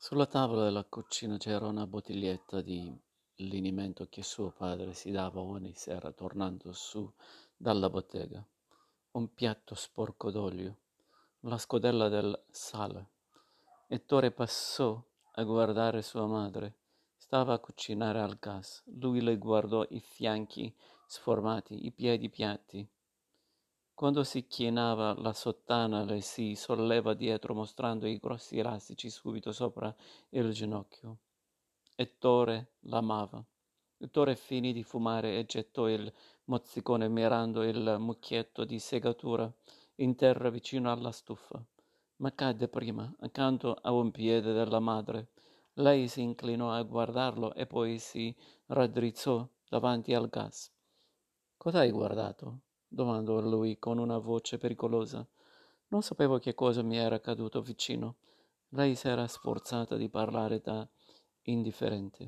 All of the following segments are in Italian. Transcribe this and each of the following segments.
Sulla tavola della cucina c'era una bottiglietta di linimento che suo padre si dava ogni sera tornando su dalla bottega, un piatto sporco d'olio, la scodella del sale. Ettore passò a guardare sua madre. Stava a cucinare al gas. Lui le guardò i fianchi sformati, i piedi piatti. Quando si chinava la sottana le si solleva dietro mostrando i grossi elastici subito sopra il ginocchio. Ettore l'amava. Ettore finì di fumare e gettò il mozzicone mirando il mucchietto di segatura in terra vicino alla stufa. Ma cadde prima, accanto a un piede della madre. Lei si inclinò a guardarlo e poi si raddrizzò davanti al gas. Cosa hai guardato? Domandò lui con una voce pericolosa. Non sapevo che cosa mi era caduto vicino. Lei s'era sforzata di parlare da indifferente.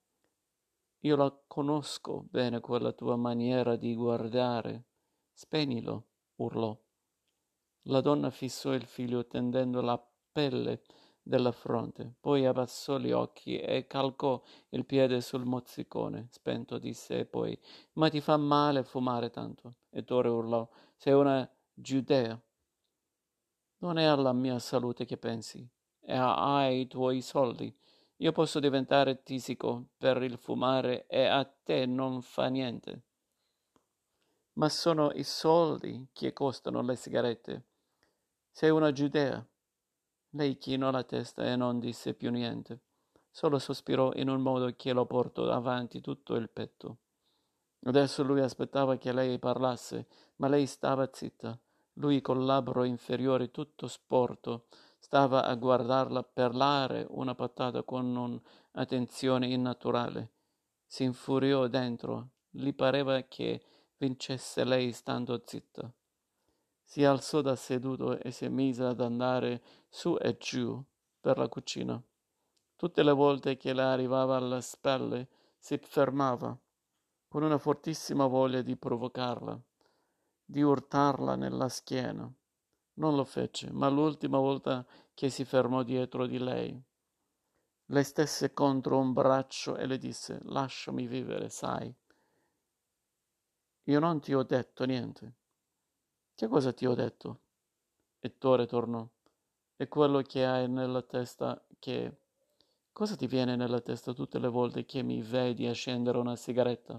Io la conosco bene quella tua maniera di guardare. Spegnilo, urlò. La donna fissò il figlio tendendo la pelle della fronte, poi abbassò gli occhi e calcò il piede sul mozzicone. Spento disse e poi: Ma ti fa male fumare tanto? Ettore urlò: Sei una giudea. Non è alla mia salute che pensi, è ai tuoi soldi. Io posso diventare tisico per il fumare e a te non fa niente. Ma sono i soldi che costano le sigarette. Sei una giudea. Lei chinò la testa e non disse più niente, solo sospirò in un modo che lo portò avanti tutto il petto. Adesso lui aspettava che lei parlasse, ma lei stava zitta. Lui col labbro inferiore tutto sporto stava a guardarla perlare una patata con un'attenzione innaturale. Si infuriò dentro, gli pareva che vincesse lei stando zitta. Si alzò da seduto e si mise ad andare su e giù per la cucina. Tutte le volte che le arrivava alle spalle si fermava, con una fortissima voglia di provocarla, di urtarla nella schiena. Non lo fece, ma l'ultima volta che si fermò dietro di lei, le stesse contro un braccio e le disse: Lasciami vivere, sai. Io non ti ho detto niente. Che cosa ti ho detto? Ettore tornò. È quello che hai nella testa che... Cosa ti viene nella testa tutte le volte che mi vedi accendere una sigaretta?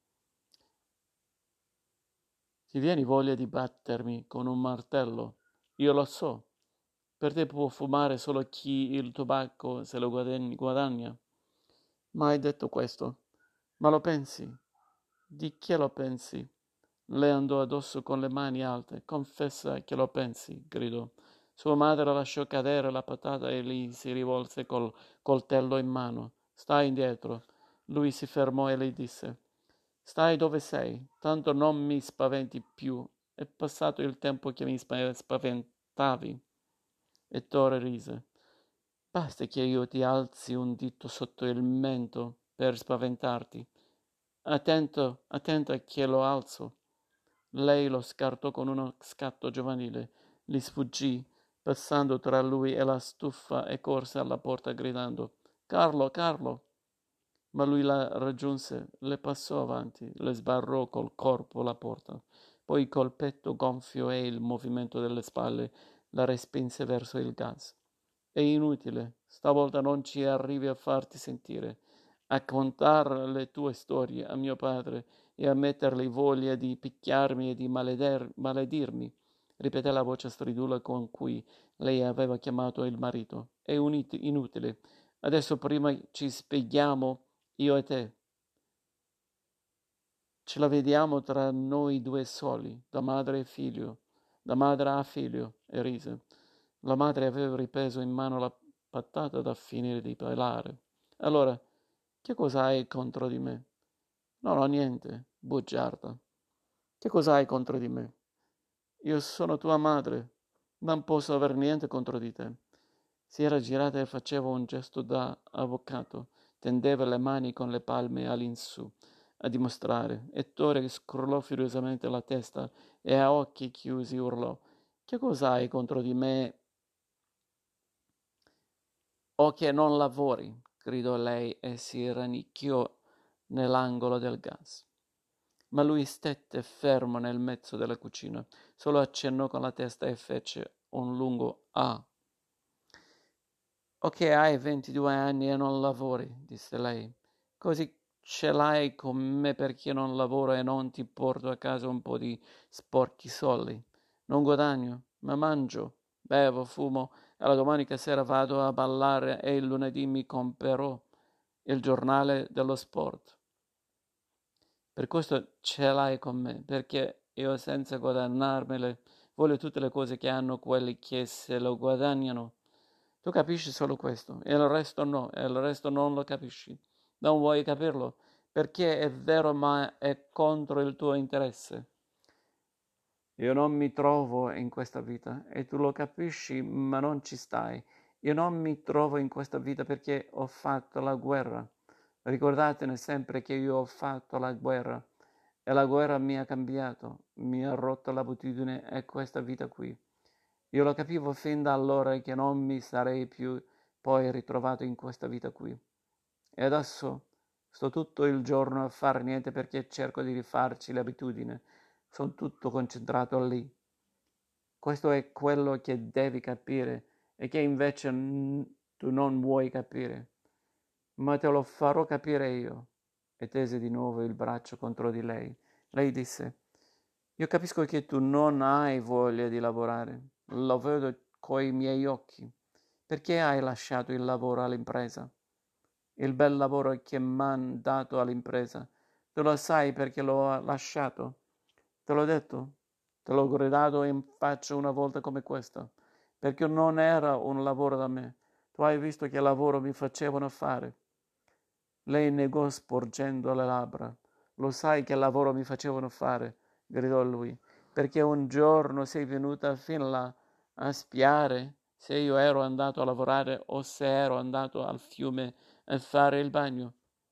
Ti viene voglia di battermi con un martello? Io lo so. Per te può fumare solo chi il tabacco se lo guadagna. Mai detto questo. Ma lo pensi? Di che lo pensi? Lei andò addosso con le mani alte. Confessa che lo pensi, gridò. Sua madre lasciò cadere la patata e gli si rivolse col coltello in mano. Stai indietro. Lui si fermò e le disse: Stai dove sei, tanto non mi spaventi più. È passato il tempo che mi spaventavi. Ettore rise. Basta che io ti alzi un dito sotto il mento per spaventarti. Attenta che lo alzo. Lei lo scartò con uno scatto giovanile, gli sfuggì, passando tra lui e la stufa e corse alla porta gridando: Carlo, Carlo! Ma lui la raggiunse, le passò avanti, le sbarrò col corpo la porta, poi col petto gonfio e il movimento delle spalle la respinse verso il gas. È inutile, stavolta non ci arrivi a farti sentire, a contare le tue storie a mio padre e a mettergli voglia di picchiarmi e di maledirmi, ripeté la voce stridula con cui lei aveva chiamato il marito. È inutile. Adesso prima ci spieghiamo io e te. Ce la vediamo tra noi due soli, da madre e figlio, da madre a figlio, e rise. La madre aveva ripreso in mano la patata da finire di pelare. Allora, che cosa hai contro di me? Non ho niente, bugiarda. Che cosa hai contro di me? Io sono tua madre, non posso aver niente contro di te. Si era girata e faceva un gesto da avvocato, tendeva le mani con le palme all'insù, a dimostrare. Ettore scrollò furiosamente la testa e a occhi chiusi urlò: Che cosa hai contro di me? O che non lavori, gridò lei e si rannicchiò nell'angolo del gas. Ma lui stette fermo nel mezzo della cucina, solo accennò con la testa e fece un lungo ah. Ok, hai 22 anni e non lavori, disse lei. Così ce l'hai con me perché non lavoro e non ti porto a casa un po' di sporchi soldi. Non guadagno, ma mangio, bevo, fumo e la domenica sera vado a ballare e il lunedì mi comprerò il giornale dello sport. Per questo ce l'hai con me, perché io senza guadagnarmele voglio tutte le cose che hanno quelli che se lo guadagnano. Tu capisci solo questo, e il resto no, e il resto non lo capisci. Non vuoi capirlo, perché è vero, ma è contro il tuo interesse. Io non mi trovo in questa vita e tu lo capisci, ma non ci stai. Io non mi trovo in questa vita perché ho fatto la guerra. Ricordatene sempre che io ho fatto la guerra e la guerra mi ha cambiato, mi ha rotto l'abitudine e questa vita qui. Io lo capivo fin da allora che non mi sarei più poi ritrovato in questa vita qui. E adesso sto tutto il giorno a fare niente perché cerco di rifarci l'abitudine. Sono tutto concentrato lì. Questo è quello che devi capire e che invece tu non vuoi capire. Ma te lo farò capire io. E tese di nuovo il braccio contro di lei. Lei disse: Io capisco che tu non hai voglia di lavorare. Lo vedo coi miei occhi. Perché hai lasciato il lavoro all'impresa? Il bel lavoro che m'han dato all'impresa. Tu lo sai perché l'ho lasciato? Te l'ho detto? Te l'ho gridato in faccia una volta come questa, perché non era un lavoro da me. Tu hai visto che lavoro mi facevano fare. Lei negò sporgendo le labbra. Lo sai che lavoro mi facevano fare, gridò lui, perché un giorno sei venuta fin là a spiare se io ero andato a lavorare o se ero andato al fiume a fare il bagno.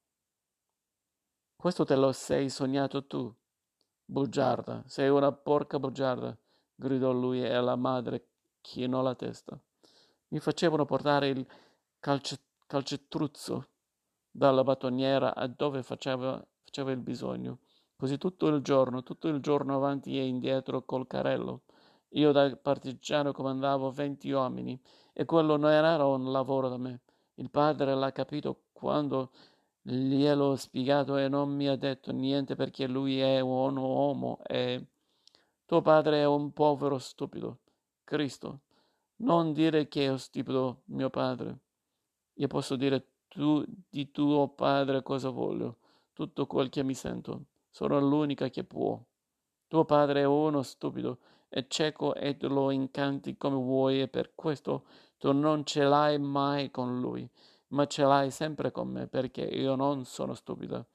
Questo te lo sei sognato tu. Bugiarda, sei una porca bugiarda, gridò lui e la madre chinò la testa. Mi facevano portare il calcestruzzo dalla battoniera a dove faceva il bisogno. Così tutto il giorno avanti e indietro col carrello. Io da partigiano comandavo 20 uomini e quello non era un lavoro da me. Il padre l'ha capito quando gliel'ho spiegato e non mi ha detto niente perché lui è un uomo e tuo padre è un povero stupido. Cristo, non dire che è stupido mio padre. Io posso dire di tuo padre cosa voglio, tutto quel che mi sento. Sono l'unica che può. Tuo padre è uno stupido, è cieco e tu lo incanti come vuoi e per questo tu non ce l'hai mai con lui, ma ce l'hai sempre con me perché io non sono stupida.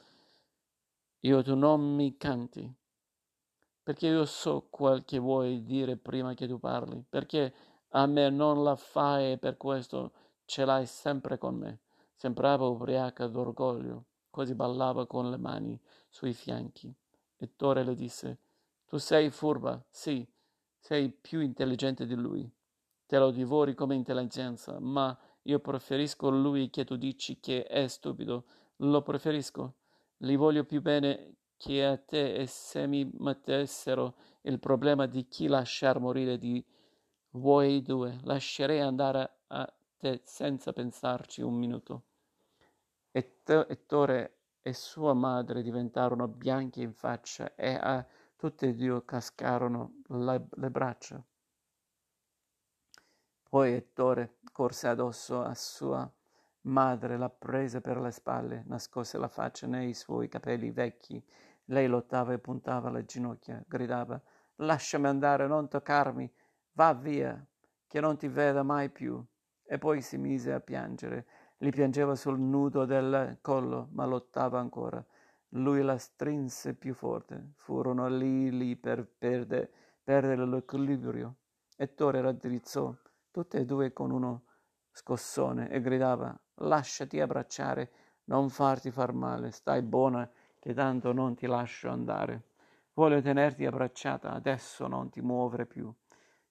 Io tu non mi canti, perché io so quel che vuoi dire prima che tu parli, perché a me non la fai e per questo ce l'hai sempre con me. Sembrava ubriaca d'orgoglio, così ballava con le mani sui fianchi. Ettore le disse: Tu sei furba, sì, sei più intelligente di lui. Te lo divori come intelligenza, ma io preferisco lui che tu dici che è stupido. Lo preferisco. Li voglio più bene che a te e se mi mettessero il problema di chi lasciar morire di voi due, lascerei andare a te senza pensarci un minuto. Ettore e sua madre diventarono bianchi in faccia e a tutti e due cascarono le braccia. Poi Ettore corse addosso a sua madre, la prese per le spalle, nascose la faccia nei suoi capelli vecchi. Lei lottava e puntava le ginocchia, gridava: Lasciami andare, non toccarmi, va via, che non ti veda mai più. E poi si mise a piangere. Gli piangeva sul nudo del collo, ma lottava ancora. Lui la strinse più forte. Furono lì per perdere l'equilibrio. Ettore raddrizzò tutte e due con uno scossone e gridava: Lasciati abbracciare, non farti far male, stai buona che tanto non ti lascio andare. Voglio tenerti abbracciata, adesso non ti muovere più.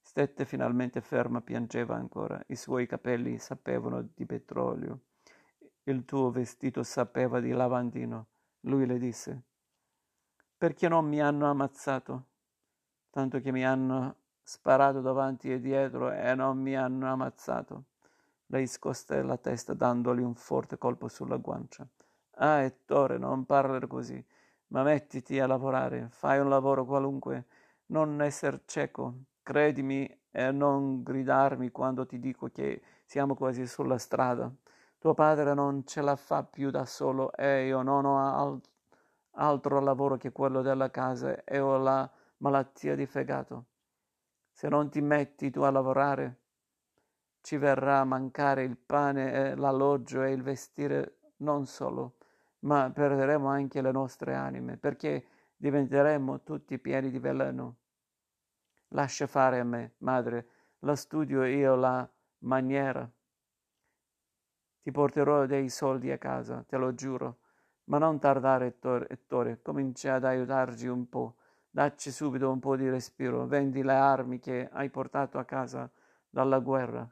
Stette finalmente ferma, piangeva ancora. I suoi capelli sapevano di petrolio. Il tuo vestito sapeva di lavandino. Lui le disse: perché non mi hanno ammazzato? Tanto che mi hanno sparato davanti e dietro e non mi hanno ammazzato. Lei scosse la testa dandogli un forte colpo sulla guancia. Ah, Ettore, non parlare così, ma mettiti a lavorare, fai un lavoro qualunque, non esser cieco, credimi e non gridarmi quando ti dico che siamo quasi sulla strada. Tuo padre non ce la fa più da solo e io non ho altro lavoro che quello della casa e ho la malattia di fegato. Se non ti metti tu a lavorare, ci verrà a mancare il pane e l'alloggio e il vestire non solo, ma perderemo anche le nostre anime, perché diventeremo tutti pieni di veleno. Lascia fare a me, madre, la studio io la maniera. Ti porterò dei soldi a casa, te lo giuro. Ma non tardare, Ettore, comincia ad aiutarci un po'. Dacci subito un po' di respiro. Vendi le armi che hai portato a casa dalla guerra.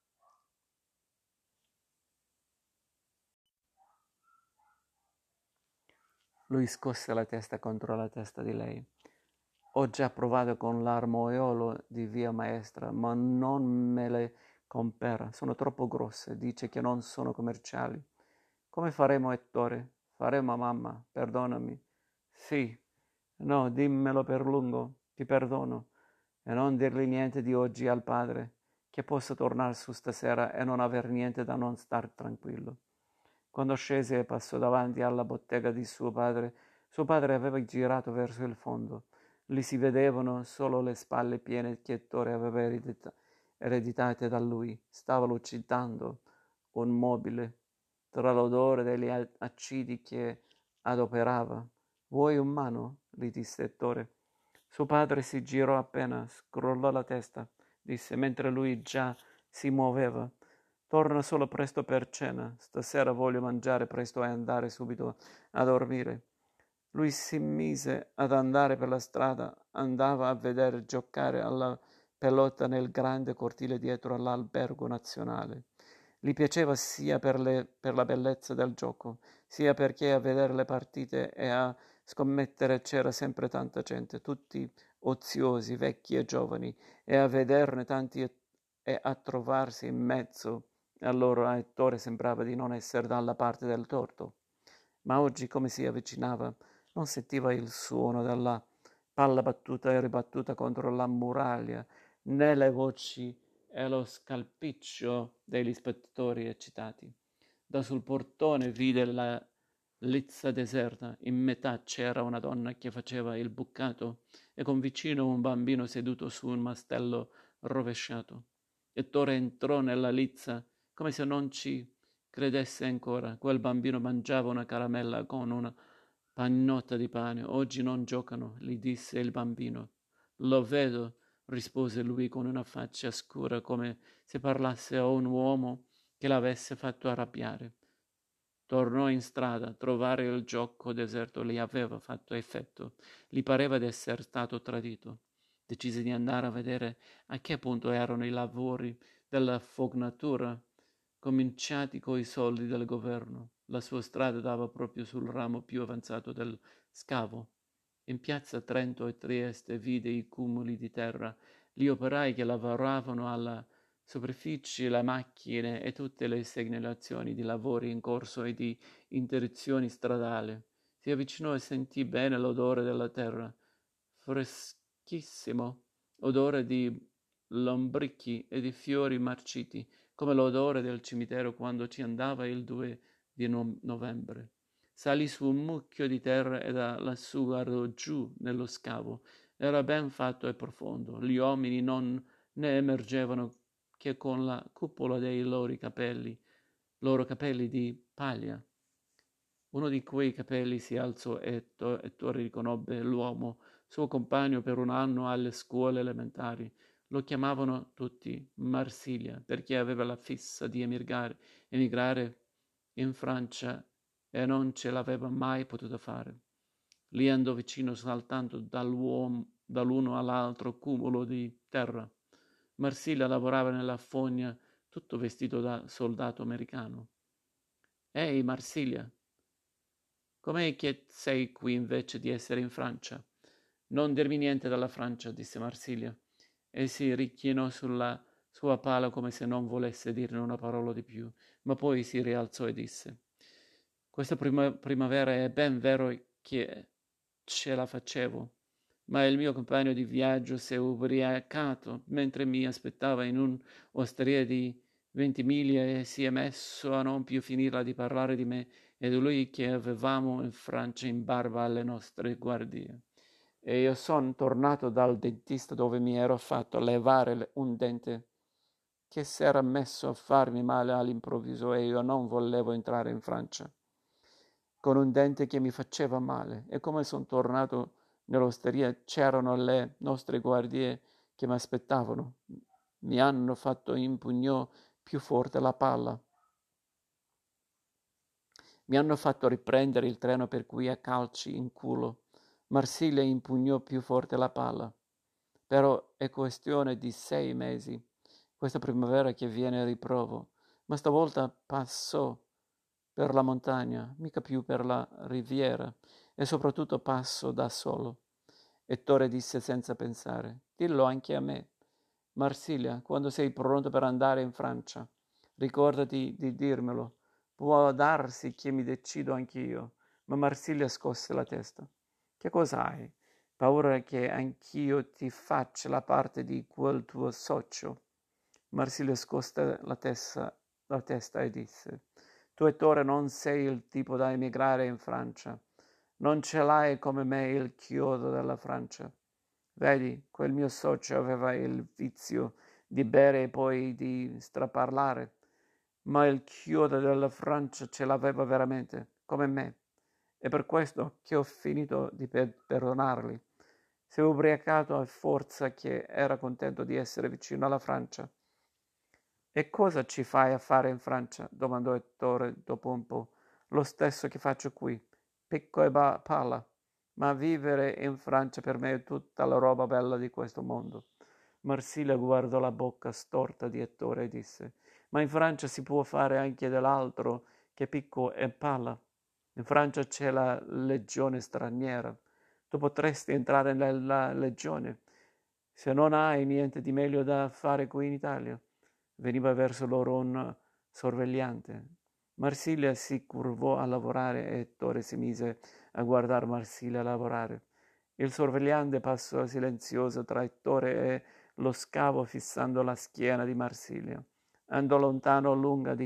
Lui scosse la testa contro la testa di lei. Ho già provato con l'armoiolo di via Maestra, ma non me le compera. Sono troppo grosse. Dice che non sono commerciali. Come faremo, Ettore? Faremo a mamma, perdonami. Sì, no, dimmelo per lungo, ti perdono. E non dirgli niente di oggi al padre, che possa tornare su stasera e non aver niente da non star tranquillo. Quando scese e passò davanti alla bottega di suo padre aveva girato verso il fondo. Lì si vedevano solo le spalle piene che Ettore aveva ereditate da lui. Stava lucidando un mobile tra l'odore degli acidi che adoperava. Vuoi un mano? Gli disse Ettore. Suo padre si girò appena, scrollò la testa, disse mentre lui già si muoveva. Torna solo presto per cena. Stasera voglio mangiare presto e andare subito a dormire. Lui si mise ad andare per la strada, andava a vedere giocare alla pelota nel grande cortile dietro all'albergo nazionale. Gli piaceva sia per la bellezza del gioco, sia perché a vedere le partite e a scommettere c'era sempre tanta gente, tutti oziosi, vecchi e giovani, e a vederne tanti e a trovarsi in mezzo a loro a Ettore sembrava di non essere dalla parte del torto. Ma oggi, come si avvicinava, non sentiva il suono della palla battuta e ribattuta contro la muraglia, né le voci e lo scalpiccio degli spettatori eccitati. Da sul portone vide la lizza deserta, in metà c'era una donna che faceva il bucato e con vicino un bambino seduto su un mastello rovesciato. Ettore entrò nella lizza come se non ci credesse ancora. Quel bambino mangiava una caramella con una pagnotta di pane. Oggi non giocano, gli disse il bambino. Lo vedo, rispose lui con una faccia scura come se parlasse a un uomo che l'avesse fatto arrabbiare. Tornò in strada, trovare il gioco deserto gli aveva fatto effetto, gli pareva di essere stato tradito. Decise di andare a vedere a che punto erano i lavori della fognatura cominciati coi soldi del governo. La sua strada dava proprio sul ramo più avanzato del scavo. In piazza Trento e Trieste vide i cumuli di terra, gli operai che lavoravano alla superficie, le macchine e tutte le segnalazioni di lavori in corso e di interruzioni stradali. Si avvicinò e sentì bene l'odore della terra, freschissimo, odore di lombrichi e di fiori marciti, come l'odore del cimitero quando ci andava il 2 di novembre. Salì su un mucchio di terra e da lassù guardò giù nello scavo. Era ben fatto e profondo. Gli uomini non ne emergevano che con la cupola dei loro capelli di paglia. Uno di quei capelli si alzò e Ettore riconobbe l'uomo, suo compagno per un anno alle scuole elementari. Lo chiamavano tutti Marsiglia perché aveva la fissa di emigrare in Francia e non ce l'aveva mai potuta fare. Lì andò vicino saltando dall'uno all'altro cumulo di terra. Marsilio lavorava nella fogna, tutto vestito da soldato americano. Ehi, Marsilia, com'è che sei qui invece di essere in Francia? Non dirmi niente dalla Francia, disse Marsilia, e si ricchinò sulla sua pala come se non volesse dirne una parola di più, ma poi si rialzò e disse: Questa primavera è ben vero che ce la facevo, ma il mio compagno di viaggio si è ubriacato mentre mi aspettava in un'osteria di 20 miglia e si è messo a non più finirla di parlare di me e di lui che avevamo in Francia in barba alle nostre guardie. E io sono tornato dal dentista dove mi ero fatto levare un dente che si era messo a farmi male all'improvviso e io non volevo entrare in Francia con un dente che mi faceva male. E come sono tornato nell'osteria c'erano le nostre guardie che mi aspettavano. Mi hanno fatto impugnò più forte la palla. Mi hanno fatto riprendere il treno per cui a calci in culo. Marsiglia impugnò più forte la palla. Però è questione di 6 mesi. Questa primavera che viene a riprovo. Ma stavolta passo per la montagna, mica più per la riviera. E soprattutto passo da solo. Ettore disse senza pensare. Dillo anche a me. Marsiglia, quando sei pronto per andare in Francia, ricordati di dirmelo. Può darsi che mi decido anch'io. Ma Marsiglia scosse la testa. Che cos'hai? Paura che anch'io ti faccia la parte di quel tuo socio? Marsilio scosse la testa e disse: Tu, Ettore, non sei il tipo da emigrare in Francia. Non ce l'hai come me il chiodo della Francia. Vedi, quel mio socio aveva il vizio di bere e poi di straparlare, ma il chiodo della Francia ce l'aveva veramente, come me. È per questo che ho finito di perdonarli. Si è ubriacato a forza che era contento di essere vicino alla Francia. E cosa ci fai a fare in Francia? Domandò Ettore dopo un po'. Lo stesso che faccio qui, picco e palla. Ma vivere in Francia per me è tutta la roba bella di questo mondo. Marsilio guardò la bocca storta di Ettore e disse: Ma in Francia si può fare anche dell'altro che picco e palla. In Francia c'è la legione straniera. Tu potresti entrare nella legione se non hai niente di meglio da fare qui in Italia. Veniva verso loro un sorvegliante. Marsiglia si curvò a lavorare e Ettore si mise a guardare Marsiglia lavorare. Il sorvegliante passò silenzioso tra Ettore e lo scavo fissando la schiena di Marsiglia. Andò lontano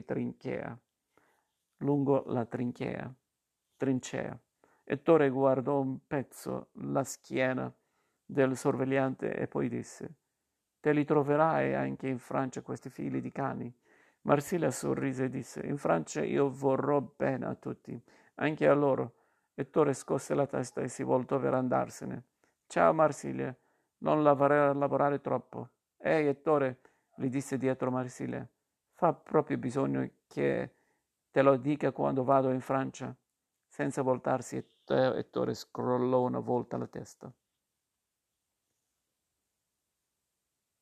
lungo la trincea. Ettore guardò un pezzo la schiena del sorvegliante e poi disse: Te li troverai anche in Francia questi figli di cani. Marsiglia sorrise e disse: In Francia io vorrò bene a tutti, anche a loro. Ettore scosse la testa e si voltò per andarsene. Ciao Marsiglia, non lavorare troppo. Ehi Ettore, gli disse dietro Marsiglia, fa proprio bisogno che te lo dica quando vado in Francia. Senza voltarsi, Ettore scrollò una volta la testa.